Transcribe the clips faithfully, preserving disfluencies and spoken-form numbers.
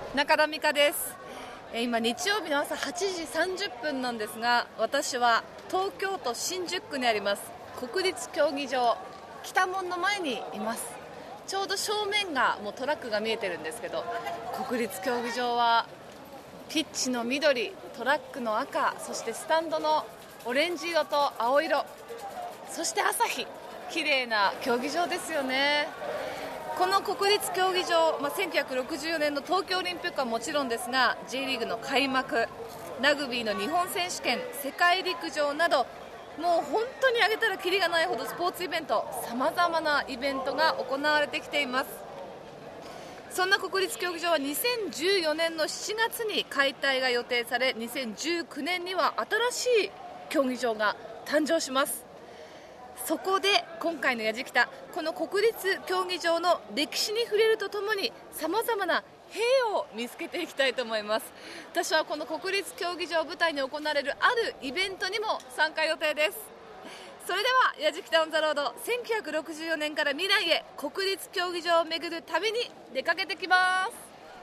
中田美香です。今日曜日の朝はちじさんじゅっぷんなんですが、私は東京都新宿区にあります国立競技場北門の前にいます。ちょうど正面がもうトラックが見えてるんですけど、国立競技場はピッチの緑、トラックの赤、そしてスタンドのオレンジ色と青色、そして朝日、綺麗な競技場ですよね。この国立競技場、まあ、せんきゅうひゃくろくじゅうよねんの東京オリンピックはもちろんですが、 J リーグの開幕、ラグビーの日本選手権、世界陸上など、もう本当に挙げたらキリがないほどスポーツイベント、さまざまなイベントが行われてきています。そんな国立競技場はにせんじゅうよねんのしちがつに解体が予定され、にせんじゅうきゅうねんには新しい競技場が誕生します。そこで今回のやじきた、この国立競技場の歴史に触れるとともに、さまざまな兵を見つけていきたいと思います。私はこの国立競技場を舞台に行われるあるイベントにも参加予定です。それではやじきたオンザロード、せんきゅうひゃくろくじゅうよねんから未来へ国立競技場を巡る旅に出かけてきます。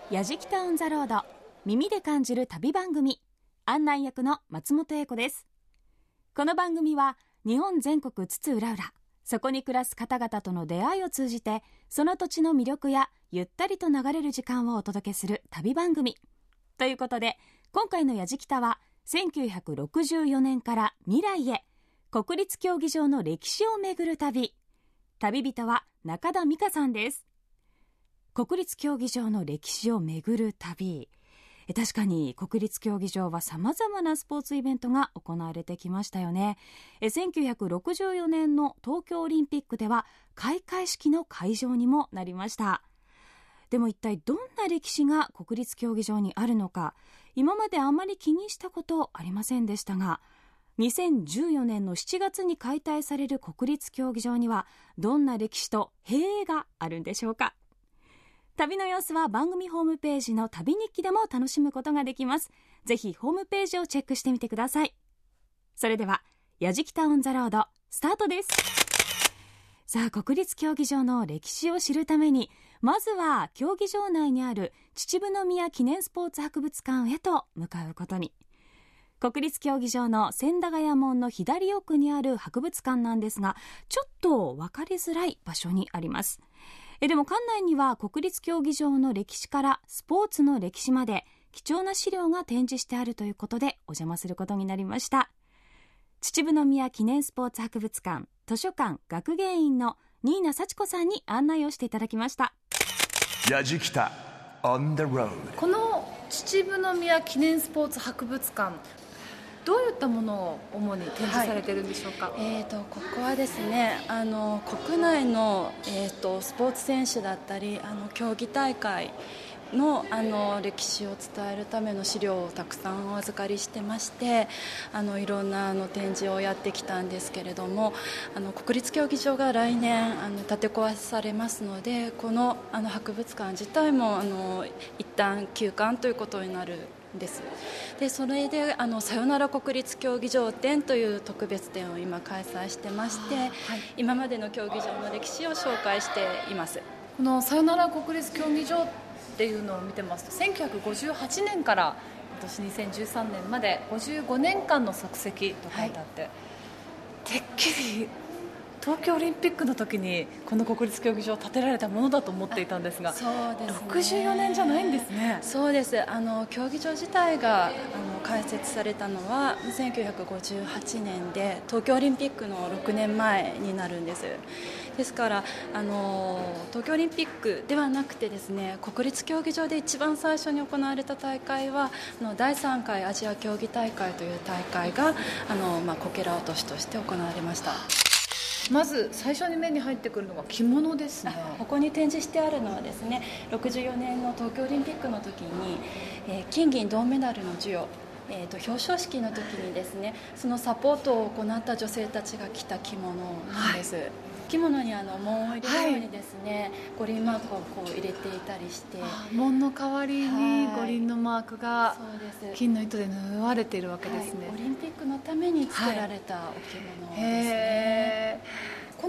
やじきたオンザロード、耳で感じる旅番組、案内役の松本英子です。この番組は日本全国津々浦々、そこに暮らす方々との出会いを通じて、その土地の魅力やゆったりと流れる時間をお届けする旅番組ということで、今回のやじきたはせんきゅうひゃくろくじゅうよねんから未来へ国立競技場の歴史を巡る旅。旅人は中田美香さんです。国立競技場の歴史を巡る旅、確かに国立競技場はさまざまなスポーツイベントが行われてきましたよね。せんきゅうひゃくろくじゅうよねんの東京オリンピックでは開会式の会場にもなりました。でも一体どんな歴史が国立競技場にあるのか、今まであまり気にしたことありませんでしたが、にせんじゅうよねんのしちがつに開催される国立競技場にはどんな歴史と兵があるんでしょうか。旅の様子は番組ホームページの旅日記でも楽しむことができます。ぜひホームページをチェックしてみてください。それではやじきたオンザロードスタートです。さあ、国立競技場の歴史を知るために、まずは競技場内にある秩父宮記念スポーツ博物館へと向かうことに。国立競技場の千駄ヶ谷門の左奥にある博物館なんですが、ちょっと分かりづらい場所にあります。えでも館内には国立競技場の歴史からスポーツの歴史まで貴重な資料が展示してあるということでお邪魔することになりました。秩父宮記念スポーツ博物館図書館学芸員の新名幸子さんに案内をしていただきました。 やじきた on the road。 この秩父宮記念スポーツ博物館、どういったものを主に展示されているんでしょうか。 はい、えー、とここはですね、あの国内の、えー、とスポーツ選手だったり、あの競技大会 の, あの歴史を伝えるための資料をたくさんお預かりしてまして、あのいろんなあの展示をやってきたんですけれども、あの国立競技場が来年あの建て壊されますので、このあの博物館自体もあの一旦休館ということになるです。でそれであのさよなら国立競技場展という特別展を今開催してまして、はい、今までの競技場の歴史を紹介しています。 このさよなら国立競技場っていうのを見てますと、せんきゅうひゃくごじゅうはちねんから今年にせんじゅうさんねんまでごじゅうごねんかんの足跡と書いてあって、はい、てっきり東京オリンピックの時にこの国立競技場を建てられたものだと思っていたんですが、 そうですね、 ろくじゅうよねんじゃないんですね。 そうです。あの競技場自体があの開設されたのはせんきゅうひゃくごじゅうはちねんで、東京オリンピックのろくねんまえになるんです。ですからあの東京オリンピックではなくてですね、国立競技場で一番最初に行われた大会はあのだいさんかいアジア競技大会という大会があの、まあ、こけら落としとして行われました。 まず最初に目に入ってくるのが着物ですね。 ここに展示してあるのはですね、ろくじゅうよねんの東京オリンピックの時に、えー、金銀銅メダルの授与、えー、と表彰式の時にですね、そのサポートを行った女性たちが着た着物なんです。はい、着物にあの紋を入れるようにですね、はい、五輪マークをこう入れていたりして、 紋の代わりに五輪のマークが金の糸で縫われているわけですね。 はい、オリンピックのために作られたお着物ですね。 はい、この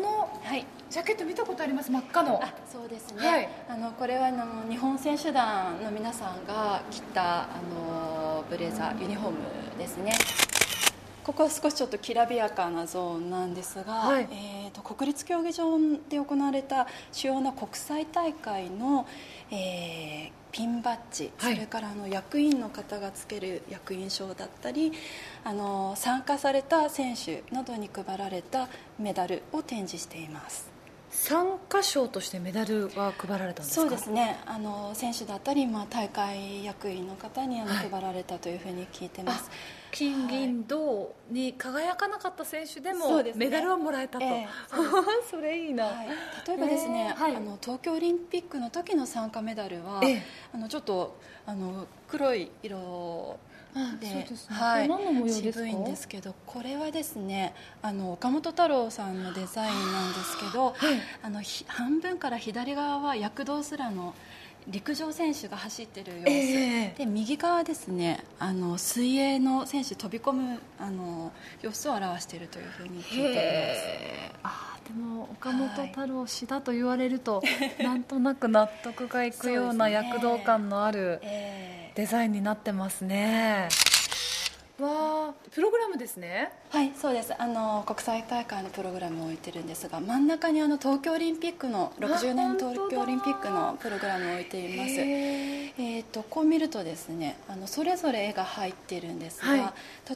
はい、 ジャケット見たことあります。真っ赤の。 あ、そうですね、 はい、 あのこれはあの日本選手団の皆さんが着たあのブレザー、ユニフォームですね。ここは少しちょっときらびやかなゾーンなんですが、はい、えー、と国立競技場で行われた主要な国際大会の、えー、ピンバッジ、はい、それからあの役員の方がつける役員証だったり、あの参加された選手などに配られたメダルを展示しています。 参加賞としてメダルが配られたんですか？ そうですね、あの選手だったり、まあ、大会役員の方にあの、はい、配られたというふうに聞いてます。 金銀銅に輝かなかった選手でもメダルをもらえたと、えー、そ, それいいな、はい、 例えばですね、えーはい、あの東京オリンピックの時の参加メダルは、えー、あのちょっとあの黒い色で、そうですね、はい、何の模様ですか？渋いんですけど、これはですね、あの岡本太郎さんのデザインなんですけど、はい、あの半分から左側は躍動すらの陸上選手が走っている様子、えー、で右側ですね、あの水泳の選手飛び込むあの様子を表しているというふうに聞いています。 あ、でも岡本太郎氏だと言われると、はい、なんとなく納得がいくような躍動感のあるデザインになってますね。わー、プログラムですね。 はい、そうです。あの国際大会のプログラムを置いてるんですが、真ん中にあの東京オリンピックのろくじゅうねん東京オリンピックのプログラムを置いています。えー、とこう見るとですね、あのそれぞれ絵が入っているんですが、はい、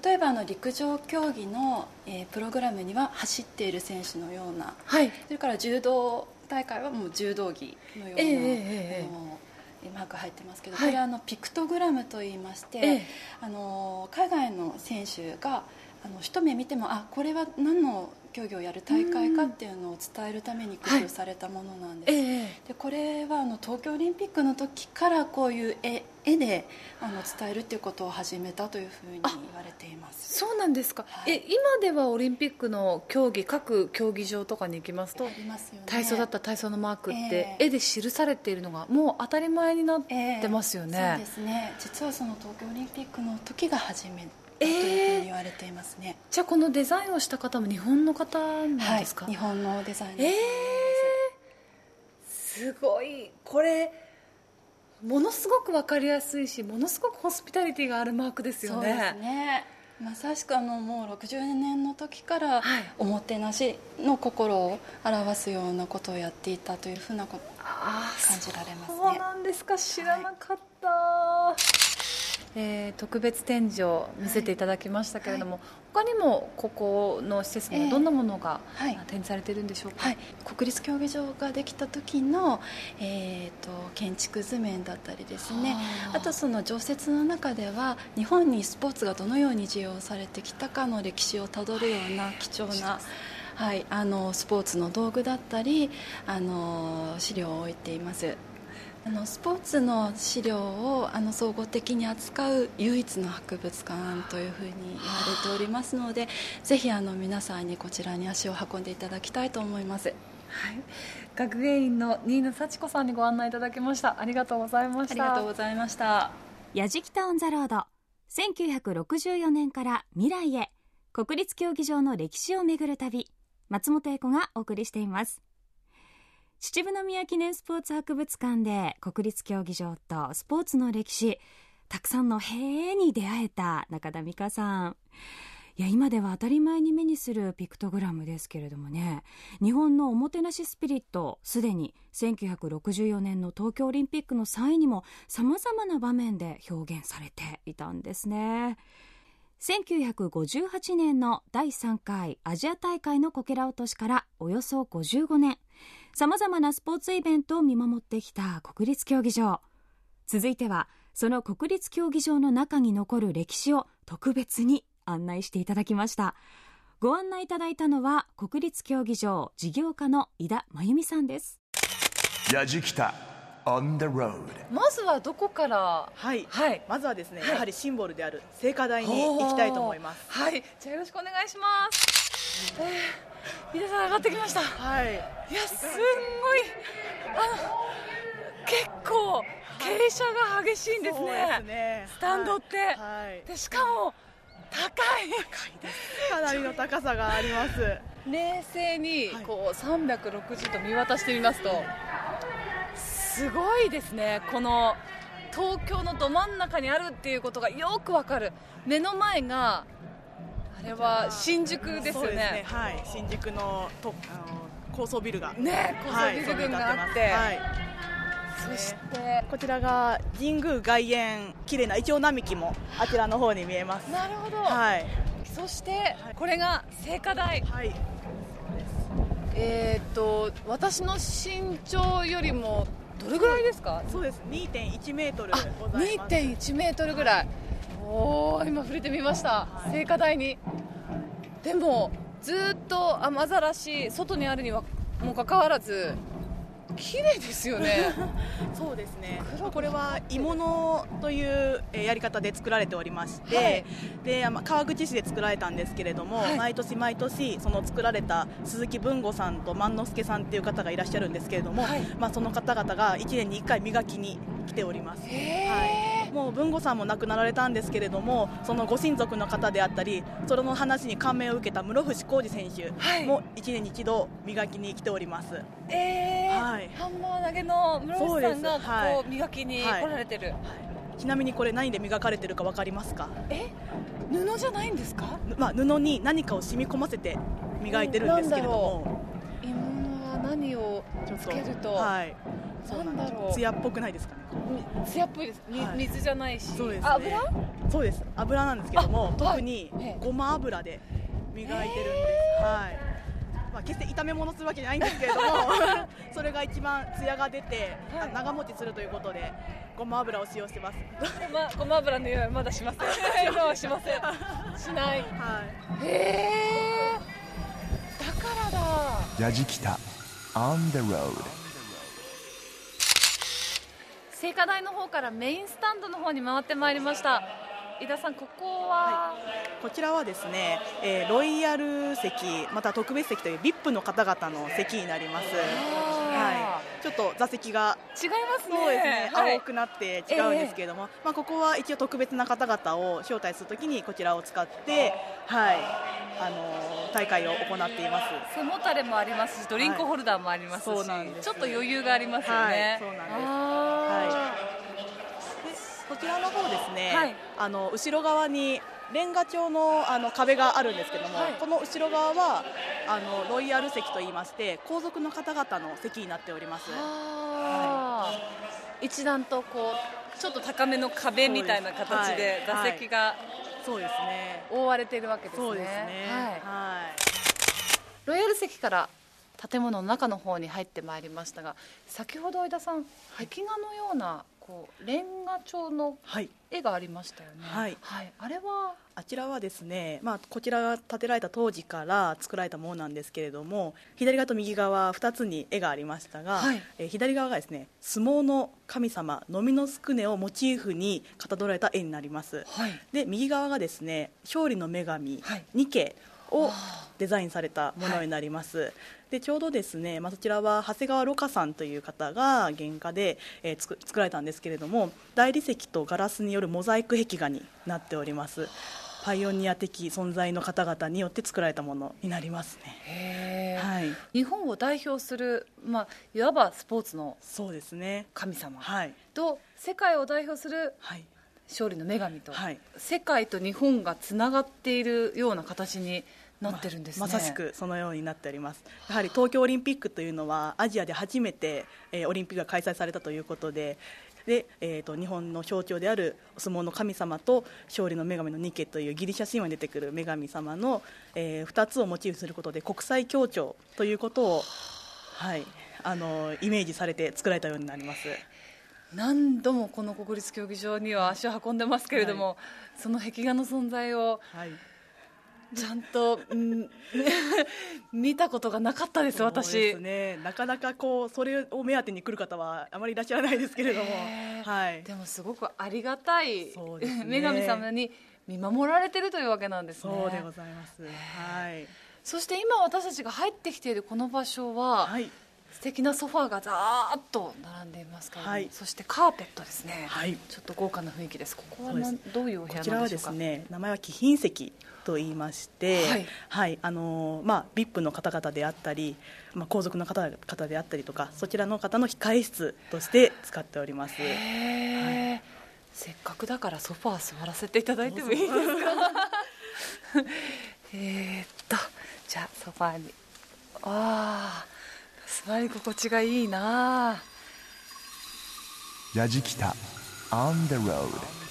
例えばあの陸上競技の、えー、プログラムには走っている選手のような、はい、それから柔道大会はもう柔道着のような、えー、あのマーク入ってますけど、はい、これはあのピクトグラムといいまして、ええ、あの海外の選手があの一目見ても、あ、これは何の競技をやる大会かっていうのを伝えるために工夫されたものなんです、はい、え、でこれはあの東京オリンピックの時からこういう絵絵であの伝えるっていうことを始めたというふうに言われています。 そうなんですか、はい、え今ではオリンピックの競技各競技場とかに行きますと、 ますよね、 体操だったら体操のマークって絵で記されているのがもう当たり前になってますよね、えー、 そうですね。実はその東京オリンピックの時が初めというふうに言われていますね。 えー、じゃあこのデザインをした方も日本の方なんですか？ はい、日本のデザインです。 えー、すごい。これものすごく分かりやすいし、ものすごくホスピタリティがあるマークですよね。 そうですね。まさしくあのもうろくじゅうねんの時からおもてなしの心を表すようなことをやっていたというふうなこと感じられますね。 そうなんですか、知らなかった、はい、えー、特別展示を見せていただきましたけれども、はい、他にもここの施設にはどんなものが展示されているんでしょうか？ はいはい、国立競技場ができた時の、えー、と建築図面だったりですね、あとその常設の中では日本にスポーツがどのように需要されてきたかの歴史をたどるような貴重な、はい、あのスポーツの道具だったりあの資料を置いています。あのスポーツの資料をあの総合的に扱う唯一の博物館というふうに言われておりますので、ぜひあの皆さんにこちらに足を運んでいただきたいと思います。はい、 学芸員の新野幸子さんにご案内いただきました。ありがとうございました。 ありがとうございました。 やじきたオンザロード、せんきゅうひゃくろくじゅうよねんから未来へ、国立競技場の歴史をめぐる旅、松本英子がお送りしています。秩父宮記念スポーツ博物館で国立競技場とスポーツの歴史、たくさんのへーに出会えた中田美香さん。いや、今では当たり前に目にするピクトグラムですけれどもね、日本のおもてなしスピリット、すでにせんきゅうひゃくろくじゅうよねんの東京オリンピックの際にもさまざまな場面で表現されていたんですね。せんきゅうひゃくごじゅうはちねんのだいさんかいアジア大会のこけら落としからおよそごじゅうごねん、さまざまなスポーツイベントを見守ってきた国立競技場。続いてはその国立競技場の中に残る歴史を特別に案内していただきました。ご案内いただいたのは国立競技場事業家の井田真由美さんです。 やじきた on the road。 まずはどこから？ はい、 はい、 まずはですね、はい、やはりシンボルである聖火台に行きたいと思います。 はい、じゃあよろしくお願いします。えー、皆さん上がってきました。 はい、いや、すんごい、あの結構傾斜が激しいんです ね, そうですね、スタンドって、はい、でしかも高い、 高いです。かなりの高さがあります。 冷静にこうさんびゃくろくじゅうど見渡してみますと、すごいですね。この東京のど真ん中にあるっていうことがよくわかる。目の前があれは新宿ですよね。 そうですね、はい、新宿のとあの高層ビルがね、高層ビル群があって、 はい、 そしてこちらが神宮外苑、綺麗なイチョウ並木もあちらの方に見えます。 なるほど、 はい、 そしてこれが聖火台、 はい、 えー、っと私の身長よりもどれぐらいですか？ そうです、にてんいちメートルございます。 にてんいちメートルぐらい、おー、今触れてみました、はい、聖火台に。でもずっと雨ざらし外にあるにはもかかわらず綺麗ですよね。 そうですね、これは鋳物というやり方で作られておりまして、はい、で川口市で作られたんですけれども、はい、毎年毎年その作られた鈴木文吾さんと万之助さんという方がいらっしゃるんですけれども、はい、まあ、その方々がいちねんにいっかい磨きに来ております。はい、もう文吾さんも亡くなられたんですけれども、そのご親族の方であったり、その話に感銘を受けた室伏広治選手もいちねんに一度磨きに来ております。 えーはい、 ハンマー投げの室伏さんがここ磨きに来られてる、はいはいはい、ちなみにこれ何で磨かれてるか分かりますか？ え、布じゃないんですか？ まあ、布に何かを染み込ませて磨いてるんですけれども、 鋳物は何をつけると、 はい、 なんだろう、 艶っぽくないですかね？ 艶っぽいです、はい、水じゃないし、 そうですね、 油？ そうです、油なんですけども、特にごま油で磨いてるんです。はい、まあ、決して炒め物するわけじゃないんですけれどもそれが一番ツヤが出て、はい、長持ちするということでごま油を使用してます。 ま、ごま油の匂いはまだしません。今はしません。しない。はい、へー、だからだ。 やじきた on the road。 聖火台の方からメインスタンドの方に回ってまいりました。井田さん、ここは、はい、 こちらはですね、えー、ロイヤル席また特別席という ブイアイピー の方々の席になります。はい、ちょっと座席が違いますね。 そうですね、 はい、 青くなって違うんですけれども、えーまあ、ここは一応特別な方々を招待するときにこちらを使って、はい、あのー、大会を行っています。 背もたれもありますし、ドリンクホルダーもありますし、はい、そうなんです。ちょっと余裕がありますよね。 はい、そうなんです。はい、こちらの方ですね、はい、あの後ろ側にレンガ調 の, あの壁があるんですけども、はい、この後ろ側はあのロイヤル席といいまして皇族の方々の席になっております。 はい、一段とこうちょっと高めの壁みたいな形で座席がそうですね覆われているわけですね。 そうですね、はいはい、 ロイヤル席から建物の中の方に入ってまいりましたが、先ほど井田さん、壁画のようなこうレンガ調の絵がありましたよね。 はいはい、あれはあちらはですね、まあ、こちらが建てられた当時から作られたものなんですけれども、左側と右側ふたつに絵がありましたが、はい、え左側がですね相撲の神様ノミノスクネをモチーフにかたどられた絵になります。はい、で右側がですね勝利の女神、はい、ニケをデザインされたものになります。はい、でちょうどですね、まあ、そちらは長谷川ろかさんという方が原画で、えー、作, 作られたんですけれども、大理石とガラスによるモザイク壁画になっております。パイオニア的存在の方々によって作られたものになりますね。 へー、 はい、 日本を代表する、まあ、いわばスポーツのそうですね神様と、 はい、 世界を代表する、はい勝利の女神と、はい、世界と日本がつながっているような形になってるんですね。 ま, まさしくそのようになっております。やはり東京オリンピックというのはアジアで初めて、えー、オリンピックが開催されたということで、で、えー、と日本の象徴であるお相撲の神様と勝利の女神のニケというギリシャ神話に出てくる女神様の、えー、ふたつをモチーフすることで国際協調ということを、はい、あのイメージされて作られたようになります。 何度もこの国立競技場には足を運んでますけれども、はい、その壁画の存在を、はい、ちゃんと、うん、見たことがなかったです。私そうですね、なかなかこうそれを目当てに来る方はあまりいらっしゃらないですけれども、はい、 でもすごくありがたい、ね、女神様に見守られているというわけなんですね。 そうでございます。はい、 そして今私たちが入ってきているこの場所は、はい、素敵なソファーがざーっと並んでいますけれども、 はい、 そしてカーペットですね、 はい、 ちょっと豪華な雰囲気です。ここはなどういうお部屋なんでしょうか。 こちらはですね、名前は貴賓席と言いまして、はいはい、あのまあ、ブイアイピー の方々であったり、まあ、皇族の方々であったりとか、そちらの方の控え室として使っております。 へ、はい、せっかくだからソファー座らせていただいてもいいですか。えっとじゃあソファーに、あー、座り心地がいいな。 やじきた On the road。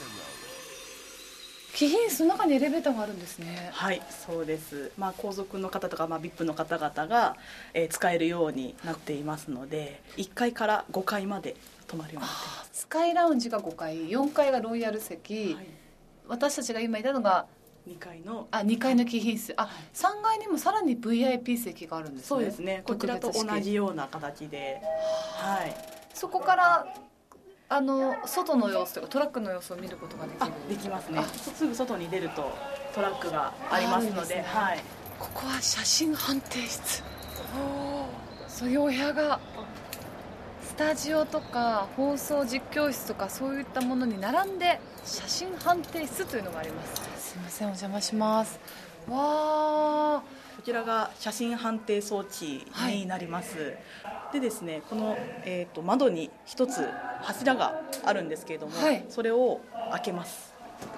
貴賓室の中にエレベーターがあるんですね。 はい、そうです、まあ、皇族の方とか、まあ、ブイアイピー の方々が、えー、使えるようになっていますので、いっかいからごかいまで泊まるようになっています。 スカイラウンジがごかい、よんかいがロイヤル席、はい、私たちが今いたのがにかいのあにかいの貴賓室、あ、さんがいにもさらに ブイアイピー 席があるんですね。 そうですね、こちらと同じような形で、はい、 そこからあの外の様子とかトラックの様子を見ることができる。 あ、できますね。すぐ外に出るとトラックがありますので、はい、 ここは写真判定室、そういうお部屋が、スタジオとか放送実況室とかそういったものに並んで写真判定室というのがあります。すみません、お邪魔します。わー、 こちらが写真判定装置になります、はい、でですね、この、えーと、窓に一つ柱があるんですけれども、はい、それを開けます。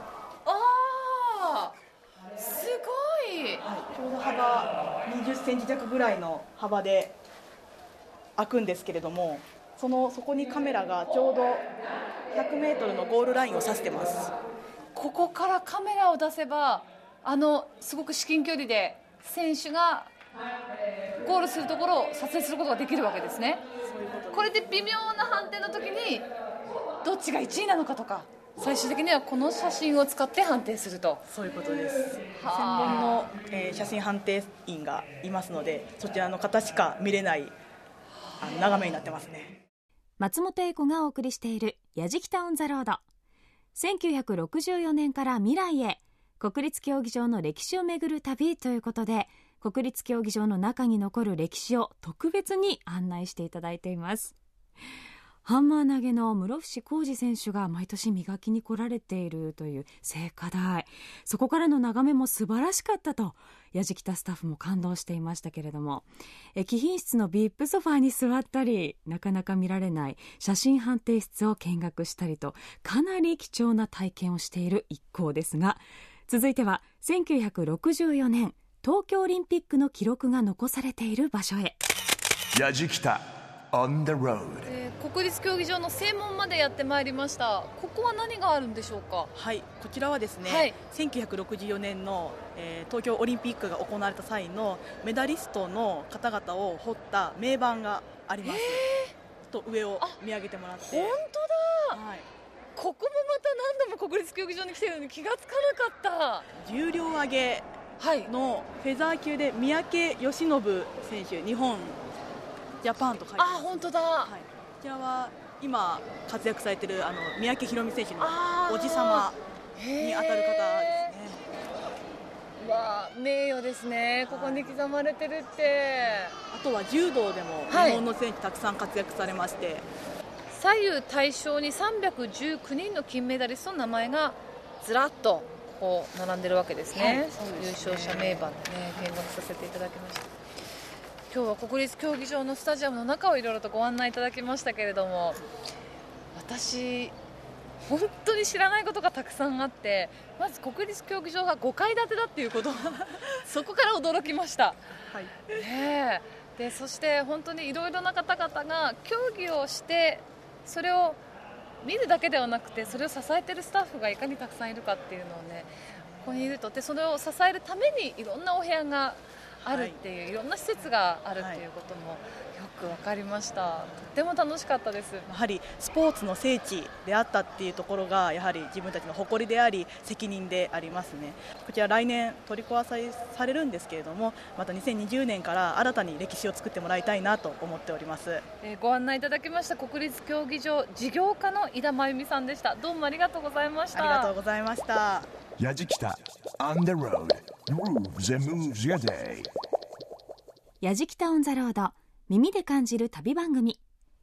あー、すごい、 はい、ちょうど幅にじゅっセンチ弱ぐらいの幅で開くんですけれども、そのそこにカメラがちょうどひゃくメートルのゴールラインを指してます。 ここからカメラを出せば、あのすごく至近距離で選手がゴールするところを撮影することができるわけですね。 そういうことです。 これで微妙な判定の時にどっちがいちいなのかとか、最終的にはこの写真を使って判定すると。 そういうことです。専門の、えー、写真判定員がいますので、そちらの方しか見れないあの眺めになってますね。 松本英子がお送りしているやじきたオンザロード。せんきゅうひゃくろくじゅうよねんから未来へ、国立競技場の歴史をめぐる旅ということで、国立競技場の中に残る歴史を特別に案内していただいています。ハンマー投げの室伏広治選手が毎年磨きに来られているという聖火台、そこからの眺めも素晴らしかったとやじきたスタッフも感動していましたけれども、え貴賓室の ブイアイピー ソファーに座ったり、なかなか見られない写真判定室を見学したりと、かなり貴重な体験をしている一行ですが、続いてはせんきゅうひゃくろくじゅうよねん東京オリンピックの記録が残されている場所へ。 やじきた On the road、 えー、国立競技場の正門までやってまいりました。ここは何があるんでしょうか。 はい、こちらはですね、はい、せんきゅうひゃくろくじゅうよねんの、えー、東京オリンピックが行われた際のメダリストの方々を彫った銘板があります。と上を見上げてもらって。 本当だ、はい、ここもまた何度も国立競技場に来てるのに気がつかなかった。 重量挙げのフェザー級で三宅義信選手、日本ジャパンと書いてます。 あ、本当だ、 はい、こちらは今活躍されているあの三宅宏実選手のおじ様に当たる方ですね。 わあ、名誉ですね、ここに刻まれてるって。 あとは柔道でも日本の選手たくさん活躍されまして、はい、 左右対称にさんびゃくじゅうきゅうにんの金メダリストの名前がずらっとこう並んでるわけですね。はい、そうですね、優勝者名板でね、見学させていただきました。今日は国立競技場のスタジアムの中をいろいろとご案内いただきましたけれども、私本当に知らないことがたくさんあって、まず国立競技場がごかい建てだっていうことそこから驚きました。はい、ねえ、でそして本当にいろいろな方々が競技をして、それを見るだけではなくて、それを支えているスタッフがいかにたくさんいるかっていうのをね、ここにいると、でそれを支えるためにいろんなお部屋があるっていう、はい、いろんな施設があるっていうこともよく分かりました。とっても楽しかったです。 やはりスポーツの聖地であったっていうところが、やはり自分たちの誇りであり責任でありますね。こちら来年取り壊さされるんですけれども、またにせんにじゅうねんから新たに歴史を作ってもらいたいなと思っております。 えー、ご案内いただきました国立競技場事業家の井田真由美さんでした。どうもありがとうございました。 ありがとうございました。 やじきた On the road Grooves and moves your day。 やじきたオンザロード、耳で感じる旅番組。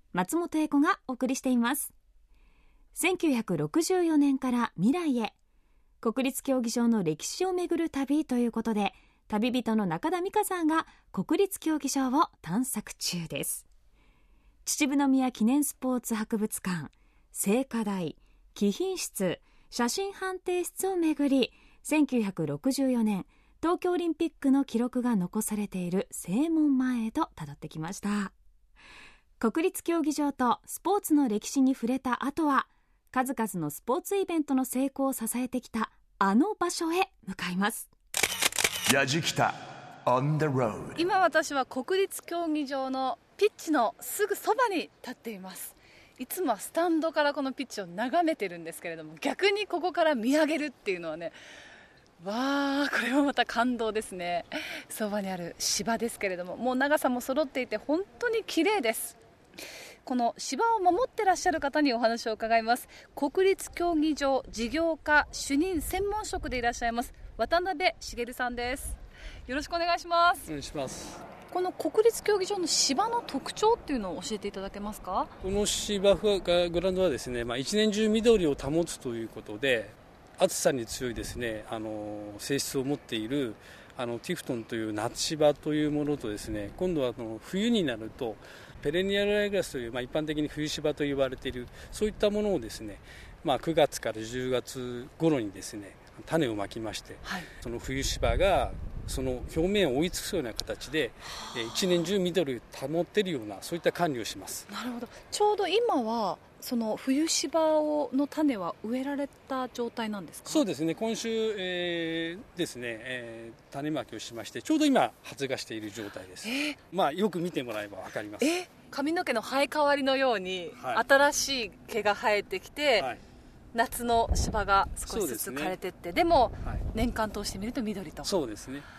松本英子がお送りしています。せんきゅうひゃくろくじゅうよねんから未来へ、国立競技場の歴史をめぐる旅ということで、旅人の中田美香さんが国立競技場を探索中です。秩父宮記念スポーツ博物館、聖火台、貴賓室、写真判定室をめぐり、せんきゅうひゃくろくじゅうよねん東京オリンピックの記録が残されている正門前へと辿ってきました。国立競技場とスポーツの歴史に触れた後は、数々のスポーツイベントの成功を支えてきたあの場所へ向かいます。 やじきた on the road。 今私は国立競技場のピッチのすぐそばに立っています。いつもはスタンドからこのピッチを眺めてるんですけれども、逆にここから見上げるっていうのはね、わー、これはまた感動ですね。そばにある芝ですけれども、もう長さも揃っていて本当に綺麗です。この芝を守ってらっしゃる方にお話を伺います。国立競技場事業課主任専門職でいらっしゃいます渡辺茂さんです。よろしくお願いします。 お願いします。 この国立競技場の芝の特徴っていうのを教えていただけますか？ この芝生がグラウンドはですね、まあ、一年中緑を保つということで、暑さに強いですね、あの性質を持っているあのティフトンという夏芝というものとですね、今度はあの冬になるとペレニアルライグラスという、まあ、一般的に冬芝と言われているそういったものをですね、まあ、くがつからじゅうがつ頃にですね種をまきまして、はい、その冬芝がその表面を覆い尽くすような形で、えー、一年中緑を保っているようなそういった管理をします。 なるほど。ちょうど今はその冬芝をの種は植えられた状態なんですか？ そうですね、今週、えー、ですね、えー、種まきをしまして、ちょうど今発芽している状態です。えーまあ、よく見てもらえば分かります。 えー、髪の毛の生え変わりのように、はい、新しい毛が生えてきて、はい、夏の芝が少しずつ枯れていって、 で,、ね、でも、はい、年間通してみると緑と。 そうですね。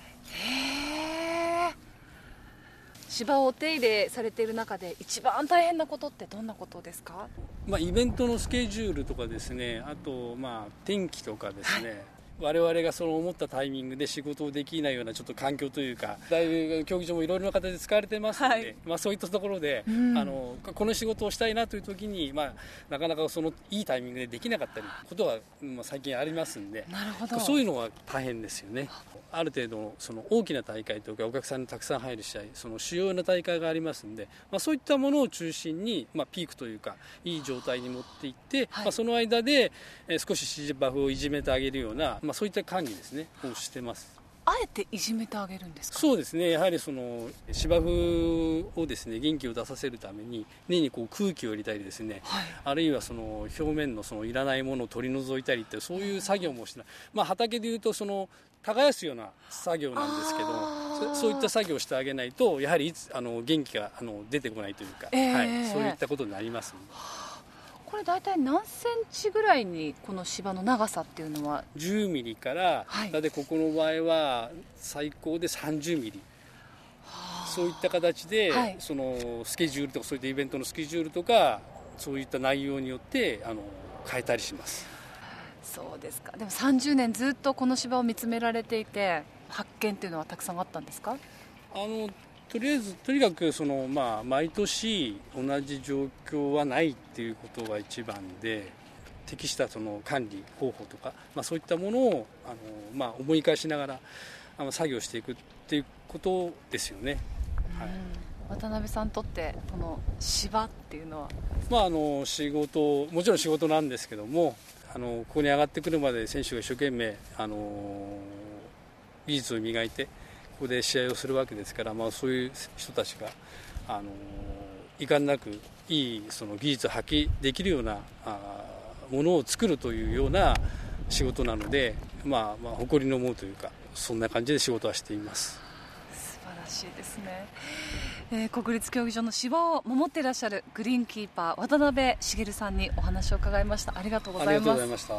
へー。芝をお手入れされている中で一番大変なことってどんなことですか？ まあ、イベントのスケジュールとかですね、あとまあ天気とかですね、はい、我々がその思ったタイミングで仕事をできないようなちょっと環境というか、だいぶ競技場もいろいろな形で使われてますので、はい、まあ、そういったところで、うん、あのこの仕事をしたいなという時に、まあ、なかなかそのいいタイミングでできなかったりことが、まあ、最近ありますんで、 なるほど、 そういうのが大変ですよね。ある程度その大きな大会とかお客さんにたくさん入る試合、その主要な大会がありますので、まあ、そういったものを中心に、まあ、ピークというかいい状態に持っていって、はい、まあ、その間で、えー、少し芝生をいじめてあげるような、まあ、そういった管理ですねをしてます。 あえていじめてあげるんですか？ そうですね、やはりその芝生をですね元気を出させるために根にこう空気を入れたりですね、はい、あるいはその表面のそのいらないものを取り除いたりってそういう作業もしない、まあ、畑でいうとその耕すような作業なんですけども、 そ, そういった作業をしてあげないとやはりいつあの元気があの出てこないというか、えーはい、そういったことになりますので。 これ大体何センチぐらいにこの芝の長さっていうのは？ じゅうミリから、はい、だってここの場合は最高でさんじゅうミリ、そういった形で、はい、そのスケジュールとかそういったイベントのスケジュールとかそういった内容によってあの変えたりします。 そうですか。でもさんじゅうねんずっとこの芝を見つめられていて発見っていうのはたくさんあったんですか？ あのとりあえずとにかくその、まあ、毎年同じ状況はないっていうことが一番で、適したその管理方法とか、まあ、そういったものをあの、まあ、思い返しながらあの作業していくっていうことですよね。はい、 渡辺さんにとってこの芝っていうのは、 まあ、あの仕事もちろん仕事なんですけども、あのここに上がってくるまで選手が一生懸命あの技術を磨いてここで試合をするわけですから、まあ、そういう人たちがあの遺憾なくいいその技術を発揮できるようなあものを作るというような仕事なので、まあ、まあ誇りに思うというかそんな感じで仕事はしています。 素晴らしいですね。えー、国立競技場の芝を守っていらっしゃるグリーンキーパー渡辺茂さんにお話を伺いました。ありがとうございます。 ありがとうございました。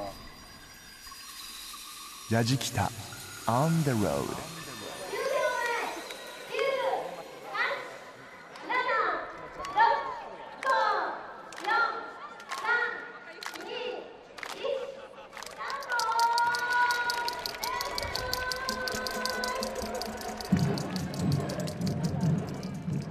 やじきた On the road。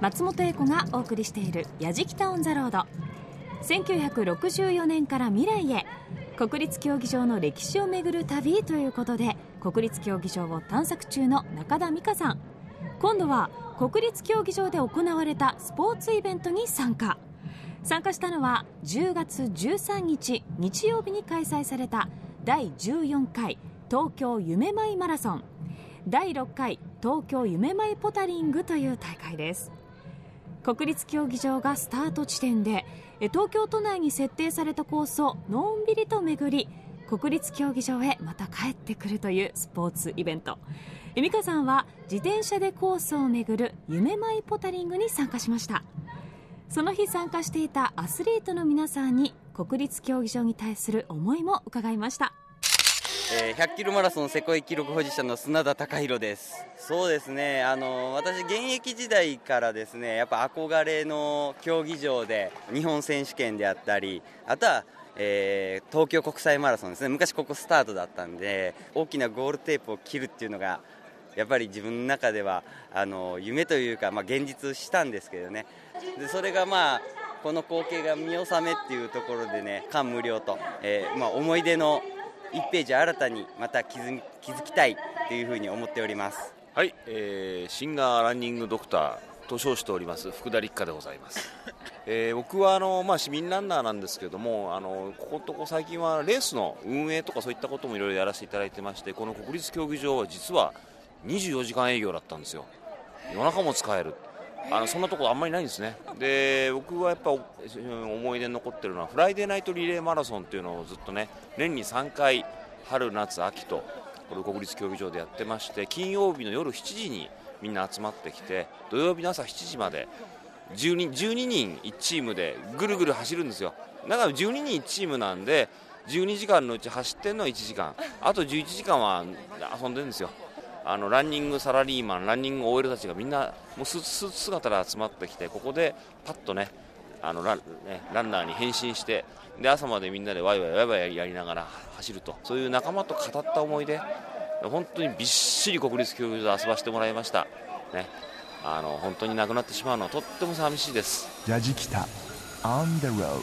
松本英子がお送りしているやじきたオンザロード。せんきゅうひゃくろくじゅうよねんから未来へ、国立競技場の歴史をめぐる旅ということで、国立競技場を探索中の中田美香さん、今度は国立競技場で行われたスポーツイベントに参加参加したのはじゅうがつじゅうさんにち日曜日に開催されただいじゅうよんかい東京夢舞マラソン、だいろっかい東京夢舞ポタリングという大会です。国立競技場がスタート地点で、東京都内に設定されたコースをのんびりと巡り、国立競技場へまた帰ってくるというスポーツイベント。美香さんは自転車でコースを巡る夢舞ポタリングに参加しました。その日参加していたアスリートの皆さんに国立競技場に対する思いも伺いました。 えー、ひゃっキロマラソン世界記録保持者の砂田貴弘です。そうですね、あの私現役時代からですね、やっぱ憧れの競技場で日本選手権であったり、あとは、えー、東京国際マラソンですね。昔ここスタートだったんで、大きなゴールテープを切るっていうのがやっぱり自分の中ではあの夢というか、まあ、現実したんですけどね。でそれがまあこの光景が見納めっていうところでね、感無量と、えーまあ、思い出のいちページ新たにまた気づ気づきたいというふうに思っております。 はい、えー、シンガーランニングドクターと称しております福田立花でございます。えー、僕はあの、まあ、市民ランナーなんですけども、あのこことこ最近はレースの運営とかそういったこともいろいろやらせていただいてまして、この国立競技場は実はにじゅうよじかん営業だったんですよ。夜中も使える、あのそんなところあんまりないんですね。で僕はやっぱ思い出に残ってるのはフライデーナイトリレーマラソンっていうのをずっとね、年にさんかい春夏秋とこれ国立競技場でやってまして、金曜日の夜しちじにみんな集まってきて、土曜日の朝しちじまでじゅうににんいちチームでぐるぐる走るんですよ。だからじゅうににんいちチームなんでじゅうにじかんのうち走ってるのはいちじかん、あとじゅういちじかんは遊んでるんですよ。あのランニングサラリーマン、ランニング オーエル たちがみんなもうスーツ姿で集まってきて、ここでパッとね、あの ラ, ねランナーに変身して、で朝までみんなでワイワイワイワイやりながら走ると、そういう仲間と語った思い出、本当にびっしり国立競技場で遊ばせてもらいました、ね、あの本当になくなってしまうのはとっても寂しいです。 やじきた On the road。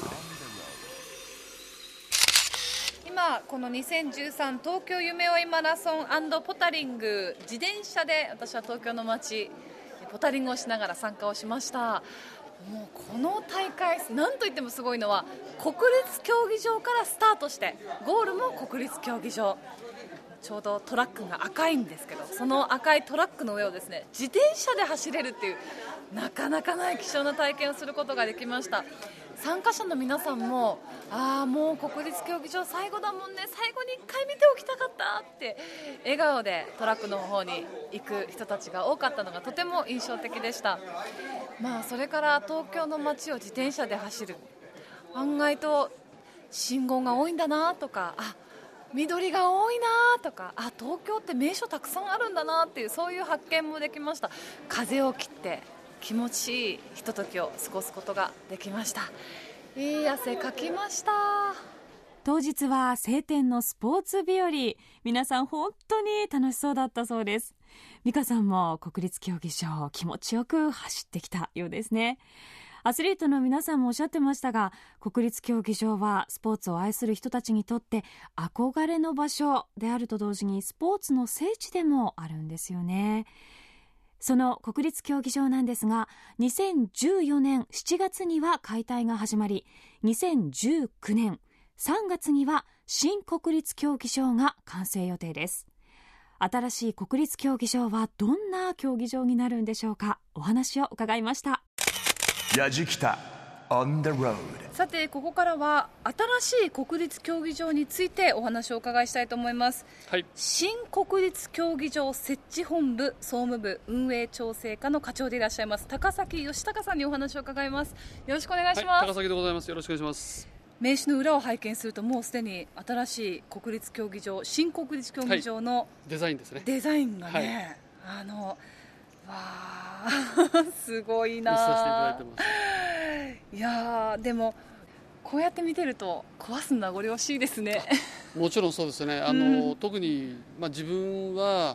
今このにせんじゅうさん東京夢追いマラソン&ポタリング、自転車で私は東京の街ポタリングをしながら参加をしました。もうこの大会なんといってもすごいのは、国立競技場からスタートしてゴールも国立競技場、ちょうどトラックが赤いんですけど、その赤いトラックの上をですね、自転車で走れるっていうなかなかない貴重な体験をすることができました。参加者の皆さんも、ああもう国立競技場最後だもんね、最後にいっかい見ておきたかったって笑顔でトラックの方に行く人たちが多かったのがとても印象的でした。まあそれから東京の街を自転車で走る、案外と信号が多いんだなとか、あ緑が多いなとか、あ東京って名所たくさんあるんだなっていう、そういう発見もできました。風を切って気持ちいいひとときを過ごすことができました。いい汗かきました。 当日は晴天のスポーツ日和、皆さん本当に楽しそうだったそうです。美香さんも国立競技場気持ちよく走ってきたようですね。アスリートの皆さんもおっしゃってましたが、国立競技場はスポーツを愛する人たちにとって憧れの場所であると同時にスポーツの聖地でもあるんですよね。その国立競技場なんですが、にせんじゅうよねんしちがつには解体が始まり、にせんじゅうきゅうねんさんがつには新国立競技場が完成予定です。新しい国立競技場はどんな競技場になるんでしょうか。お話を伺いました。 やじきた On the road。 さてここからは新しい国立競技場についてお話をお伺いしたいと思います、 はい、 新国立競技場設置本部総務部運営調整課の課長でいらっしゃいます高崎義孝さんにお話を伺います。よろしくお願いします、 はい、高崎でございます。よろしくお願いします。 名刺の裏を拝見すると、もうすでに新しい国立競技場新国立競技場の、はい、 デザインですね。 デザインがね、はい、あのわーすごいな。させていただいてます。いやでもこうやって見てると壊す名残惜しいですね。 もちろんそうですね。あの、うん、特に、まあ、自分は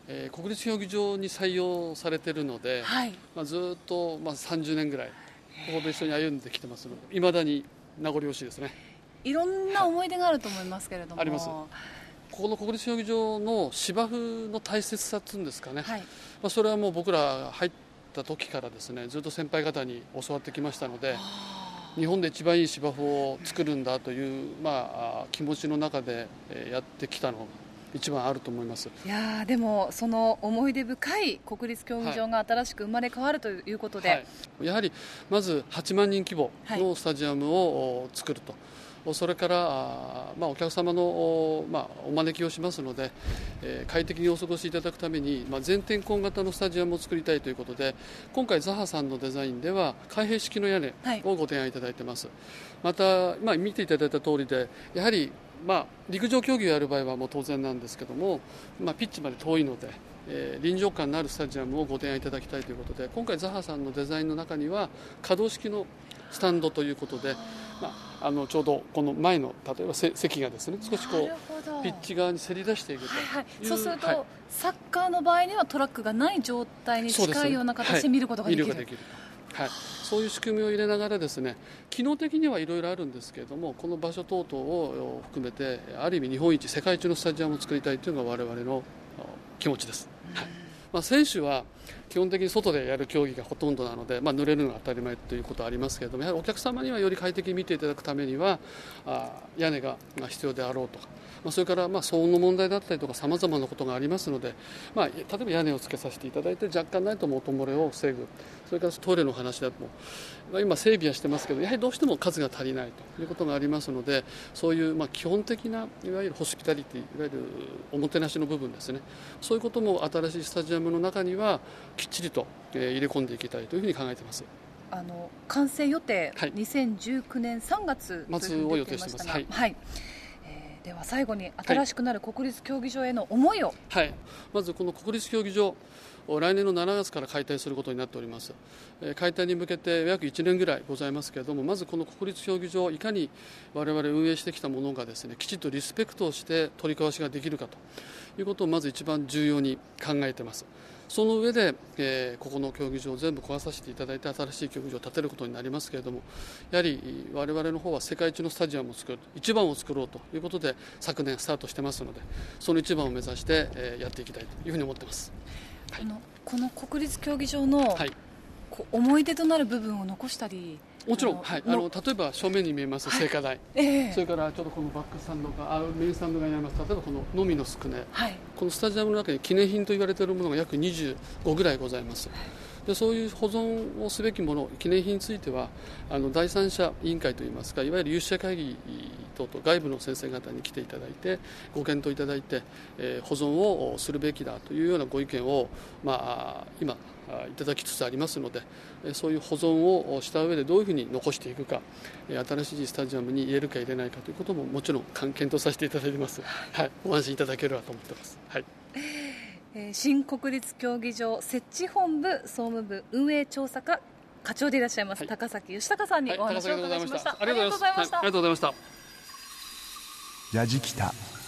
えー、国立競技場に採用されているので、はい、まあ、ずっと、まあ、さんじゅうねんぐらいここで一緒に歩んできてますので、いまだに名残惜しいですね。 いろんな思い出があると思いますけれども、 はい、あります。ここの国立競技場の芝生の大切さっていうんですかね、はい、まあ、それはもう僕ら入った時からですね、ずっと先輩方に教わってきましたので、日本で一番いい芝生を作るんだという、まあ、気持ちの中でやってきたのが一番あると思います。 いやでもその思い出深い国立競技場が新しく生まれ変わるということで、はいはい、 やはりまずはちまんにん規模のスタジアムを作ると、はい、それから、まあ、お客様の、まあ、お招きをしますので、えー、快適にお過ごしいただくために、まあ、全天候型のスタジアムを作りたいということで、今回ザハさんのデザインでは開閉式の屋根をご提案いただいています、はい、また、まあ、見ていただいた通りで、やはりまあ、陸上競技をやる場合はもう当然なんですけども、まあ、ピッチまで遠いので、えー、臨場感のあるスタジアムをご提案いただきたいということで、今回ザハさんのデザインの中には可動式のスタンドということで、まあ、あのちょうどこの前の例えば席がですね、少しこうピッチ側にせり出していくという、はいはい、 そうすると、はい、サッカーの場合にはトラックがない状態に近いような形で見ることができる。 はい、見ることができる。はい、そういう仕組みを入れながらですね、機能的にはいろいろあるんですけれども、この場所等々を含めてある意味日本一世界一のスタジアムを作りたいというのが我々の気持ちです。はい、まあ、選手は基本的に外でやる競技がほとんどなので、まあ、濡れるのが当たり前ということはありますけれども、やはりお客様にはより快適に見ていただくためにはあ屋根が必要であろうとか、まあ、それからまあ騒音の問題だったりとかさまざまなことがありますので、まあ、例えば屋根をつけさせていただいて若干ないとも音漏れを防ぐ、それからトイレの話だとも今整備はしてますけど、やはりどうしても数が足りないということがありますので、そういうまあ基本的ないわゆるホスピタリティ、いわゆるおもてなしの部分ですね、そういうことも新しいスタジアムの中にはきっちりと入れ込んでいきたいというふうに考えています。 あの完成予定、はい、にせんじゅうきゅうねんさんがつ末を予定しています。はい、 はい、えー、では最後に新しくなる国立競技場への思いを。 はい、まずこの国立競技場、来年のしちがつから解体することになっております。解体に向けて約いちねんぐらいございますけれども、まずこの国立競技場をいかに我々運営してきたものがですね、きちっとリスペクトをして取り交わしができるかということをまず一番重要に考えています。その上で、えー、ここの競技場を全部壊させていただいて新しい競技場を建てることになりますけれども、やはり我々の方は世界一のスタジアムを作る、一番を作ろうということで昨年スタートしてますので、その一番を目指して、えー、やっていきたいというふうに思っています。 はい、あのこの国立競技場の、はい、こう思い出となる部分を残したり。 もちろん、はい、あの例えば正面に見えます聖火台、はい、えー、それからちょっとこのバックスタンドがあメインスタンドがにあります、例えばこののみのすくね、はい、このスタジアムの中に記念品と言われているものが約にじゅうごぐらいございます。でそういう保存をすべきもの、記念品についてはあの第三者委員会といいますか、いわゆる有識者会議等々外部の先生方に来ていただいてご検討いただいて、えー、保存をするべきだというようなご意見を、まあ、今いただきつつありますので、そういう保存をした上でどういうふうに残していくか、新しいスタジアムに入れるか入れないかということももちろん検討させていただいています。はい、ご安心いただければと思っています。はい、 新国立競技場設置本部総務部運営調査課課長でいらっしゃいます、はい、高崎義孝さんにお話を伺いました。 ありがとうございました。ありがとうございました。 ラジキタ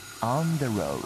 On the road。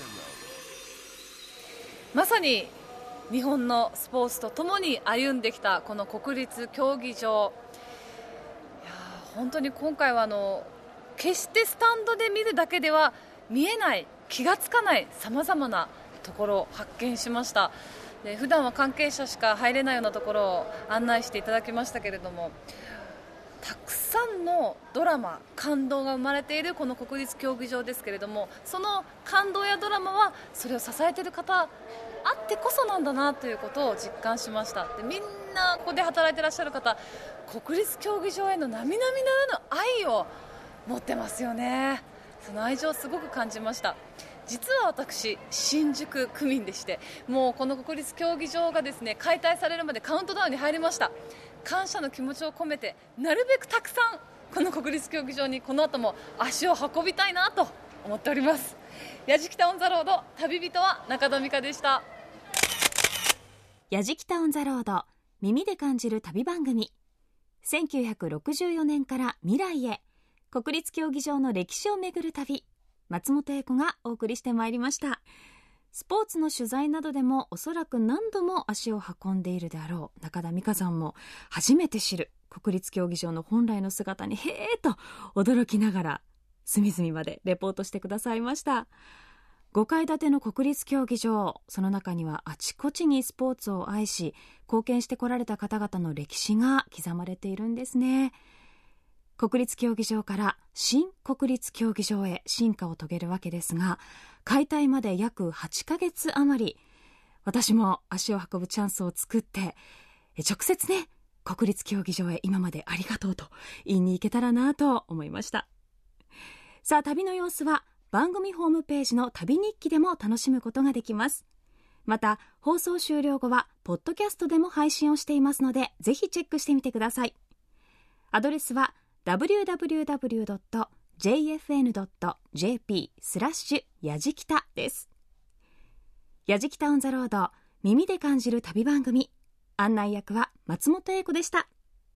まさに日本のスポーツとともに歩んできたこの国立競技場、いや本当に今回はあの決してスタンドで見るだけでは見えない、気がつかないさまざまなところを発見しました。で普段は関係者しか入れないようなところを案内していただきましたけれども、たくさんのドラマ、感動が生まれているこの国立競技場ですけれども、その感動やドラマはそれを支えている方あってこそなんだなということを実感しました。でみんなここで働いていらっしゃる方、国立競技場への並々ならぬ愛を持ってますよね。その愛情をすごく感じました。実は私新宿区民でして、もうこの国立競技場がですね解体されるまでカウントダウンに入りました。感謝の気持ちを込めてなるべくたくさんこの国立競技場にこの後も足を運びたいなと思っております。やじきたオンザロード、旅人は中田美香でした。 やじきたオンザロード、耳で感じる旅番組。せんきゅうひゃくろくじゅうよねんから未来へ、国立競技場の歴史をめぐる旅、松本英子がお送りしてまいりました。 スポーツの取材などでもおそらく何度も足を運んでいるであろう中田美香さんも、初めて知る国立競技場の本来の姿にへーと驚きながら隅々までレポートしてくださいました。ごかい建ての国立競技場、その中にはあちこちにスポーツを愛し貢献してこられた方々の歴史が刻まれているんですね。国立競技場から新国立競技場へ進化を遂げるわけですが、解体まで約はちかげつ余り、私も足を運ぶチャンスを作って直接ね、国立競技場へ今までありがとうと言いに行けたらなと思いました。さあ、旅の様子は番組ホームページの旅日記でも楽しむことができます。また放送終了後はポッドキャストでも配信をしていますので、ぜひチェックしてみてください。アドレスは ダブリューダブリューダブリュードットジェイエフエヌドットジェーピースラッシュやじきたです。やじきたオンザロード、耳で感じる旅番組、案内役は松本英子でした。